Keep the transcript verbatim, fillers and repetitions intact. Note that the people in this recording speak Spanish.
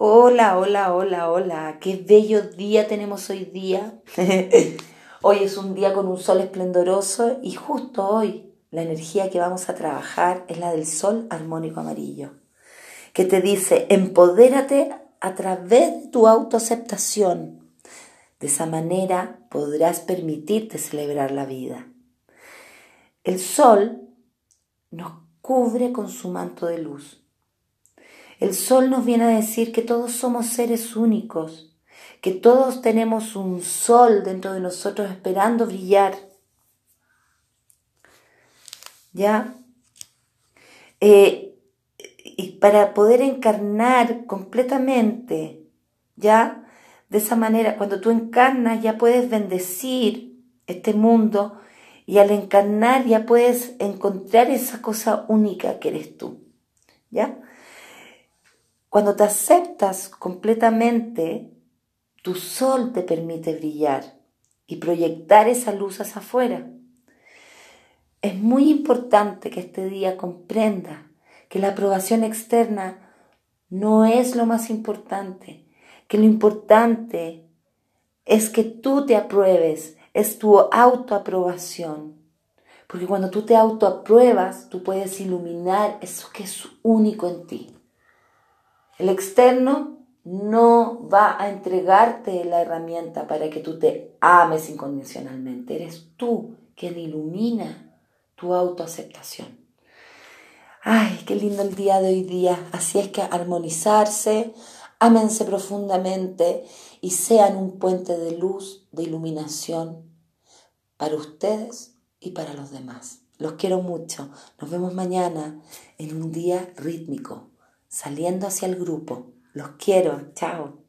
Hola, hola, hola, hola. Qué bello día tenemos hoy día. Hoy es un día con un sol esplendoroso y justo hoy la energía que vamos a trabajar es la del sol armónico amarillo, que te dice, empodérate a través de tu autoaceptación. De esa manera podrás permitirte celebrar la vida. El sol nos cubre con su manto de luz. El sol nos viene a decir que todos somos seres únicos, que todos tenemos un sol dentro de nosotros esperando brillar. ¿Ya? Eh, y para poder encarnar completamente, ¿ya? De esa manera, cuando tú encarnas ya puedes bendecir este mundo y al encarnar ya puedes encontrar esa cosa única que eres tú, ¿ya? Cuando te aceptas completamente, tu sol te permite brillar y proyectar esa luz hacia afuera. Es muy importante que este día comprenda que la aprobación externa no es lo más importante, que lo importante es que tú te apruebes, es tu autoaprobación. Porque cuando tú te autoapruebas, tú puedes iluminar eso que es único en ti. El externo no va a entregarte la herramienta para que tú te ames incondicionalmente. Eres tú quien ilumina tu autoaceptación. Ay, qué lindo el día de hoy día. Así es que armonizarse, ámense profundamente y sean un puente de luz, de iluminación para ustedes y para los demás. Los quiero mucho. Nos vemos mañana en un día rítmico, saliendo hacia el grupo. Los quiero. Chao.